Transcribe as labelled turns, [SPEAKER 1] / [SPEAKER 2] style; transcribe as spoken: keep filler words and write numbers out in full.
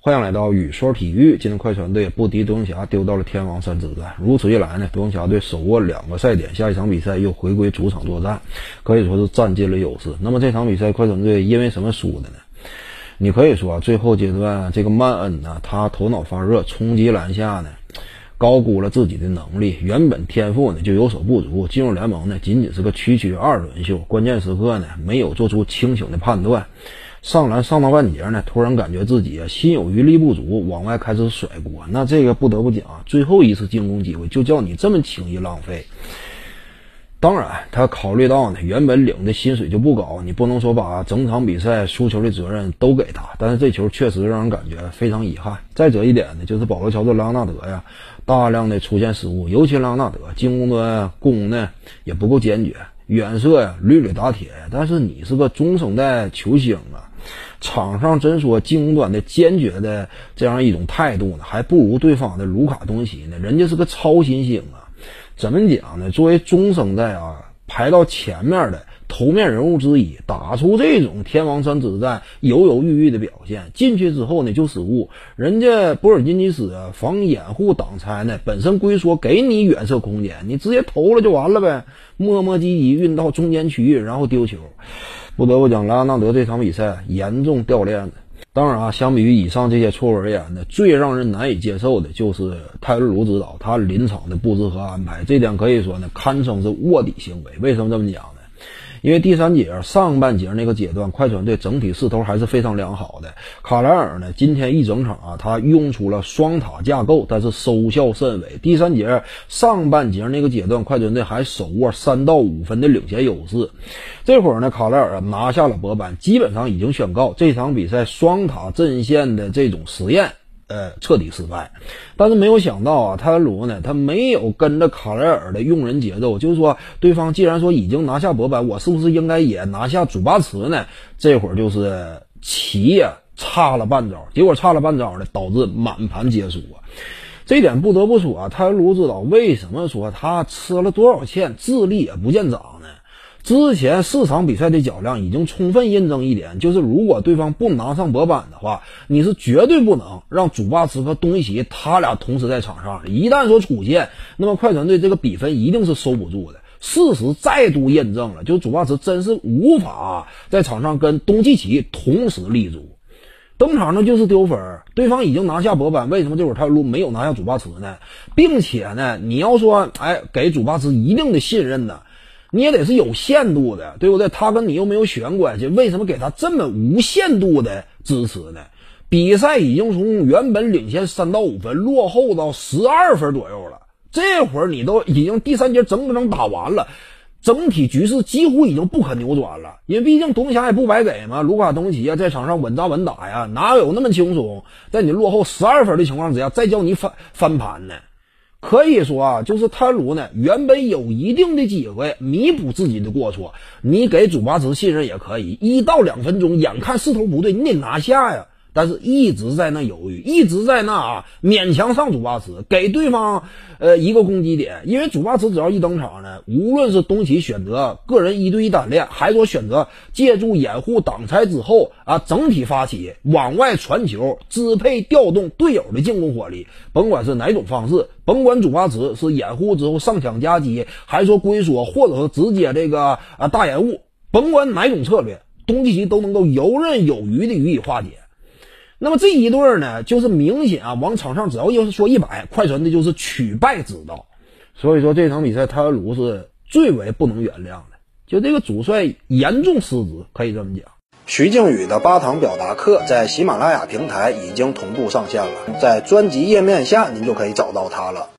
[SPEAKER 1] 欢迎来到雨说体育。今天快船队不敌独行侠，丢到了天王山之战。如此一来呢，独行侠队手握两个赛点，下一场比赛又回归主场作战，可以说是占尽了优势。那么这场比赛快船队因为什么输的呢？你可以说啊，最后阶段这个曼恩呢，他头脑发热，冲击篮下呢，高估了自己的能力，原本天赋呢就有所不足，进入联盟呢仅仅是个区区二轮秀，关键时刻呢没有做出清醒的判断。上篮上到半截呢，突然感觉自己啊心有余力不足，往外开始甩锅。那这个不得不讲啊，最后一次进攻机会就叫你这么轻易浪费。当然他考虑到呢，原本领的薪水就不高，你不能说把整场比赛输球的责任都给他，但是这球确实让人感觉非常遗憾。再者一点呢，就是保罗乔治莱昂纳德呀大量的出现失误，尤其莱昂纳德进攻端攻呢也不够坚决，远射呀屡屡打铁，但是你是个中生代球星啊，场上真说进攻端的坚决的这样一种态度呢，还不如对方的卢卡东奇呢，人家是个超新星啊。怎么讲呢？作为中生代啊，排到前面的头面人物之一，打出这种天王山之战犹犹豫豫的表现，进去之后呢就失误。人家博尔津吉斯啊，防掩护挡拆呢，本身龟缩给你远射空间，你直接投了就完了呗，磨磨唧唧运到中间区域，然后丢球。不得不讲，莱昂纳德这场比赛严重掉链子。当然啊，相比于以上这些错误而言呢，最让人难以接受的就是泰伦卢指导他临场的布置和安排，这点可以说呢堪称是卧底行为。为什么这么讲呢？因为第三节上半节那个阶段，快船队整体势头还是非常良好的。卡莱尔呢，今天一整场啊，他用出了双塔架构，但是收效甚微。第三节上半节那个阶段，快船队还手握三到五分的领先优势。这会儿呢，卡莱尔拿下了博班，基本上已经宣告这场比赛双塔阵线的这种实验呃，彻底失败。但是没有想到啊，泰伦卢呢，他没有跟着卡莱尔的用人节奏，就是说对方既然说已经拿下博班，我是不是应该也拿下祖巴茨呢？这会儿就是棋呀差了半招，结果差了半招呢，导致满盘皆输啊。这点不得不说啊，泰伦卢指导为什么说他吃了多少堑，智力也不见长呢？之前四场比赛的较量已经充分印证一点，就是如果对方不拿上博班的话，你是绝对不能让祖巴茨和东契奇他俩同时在场上，一旦说出现，那么快船队这个比分一定是收不住的。事实再度验证了，就是祖巴茨真是无法在场上跟东契奇同时立足，登场呢就是丢分。对方已经拿下博班，为什么这会儿泰伦卢没有拿下祖巴茨呢？并且呢，你要说哎给祖巴茨一定的信任呢，你也得是有限度的，对不对？他跟你又没有血缘关系，为什么给他这么无限度的支持呢？比赛已经从原本领先三到五分落后到十二分左右了，这会儿你都已经第三节整整打完了，整体局势几乎已经不可扭转了。因为毕竟独行侠也不白给嘛，卢卡东契啊在场上稳扎稳打呀，哪有那么轻松在你落后十二分的情况之下再叫你翻翻盘呢？可以说啊，就是泰伦卢呢，原本有一定的机会弥补自己的过错，你给祖巴茨信任也可以，一到两分钟，眼看势头不对，你得拿下呀。但是一直在那犹豫，一直在那啊勉强上祖巴茨，给对方呃一个攻击点。因为祖巴茨只要一登场呢，无论是东契选择个人一对一单练，还说选择借助掩护挡拆之后啊，整体发起往外传球，支配调动队友的进攻火力，甭管是哪种方式，甭管祖巴茨是掩护之后上抢夹击，还说龟缩，或者是直接这个啊大掩护，甭管哪种策略，东契奇都能够游刃有余的予以化解。那么这一对呢，就是明显啊，往场上只要要是说一百，快船的就是取败之道。所以说这场比赛泰伦卢是最为不能原谅的，就这个主帅严重失职，可以这么讲。
[SPEAKER 2] 徐静宇的八堂表达课在喜马拉雅平台已经同步上线了，在专辑页面下您就可以找到它了。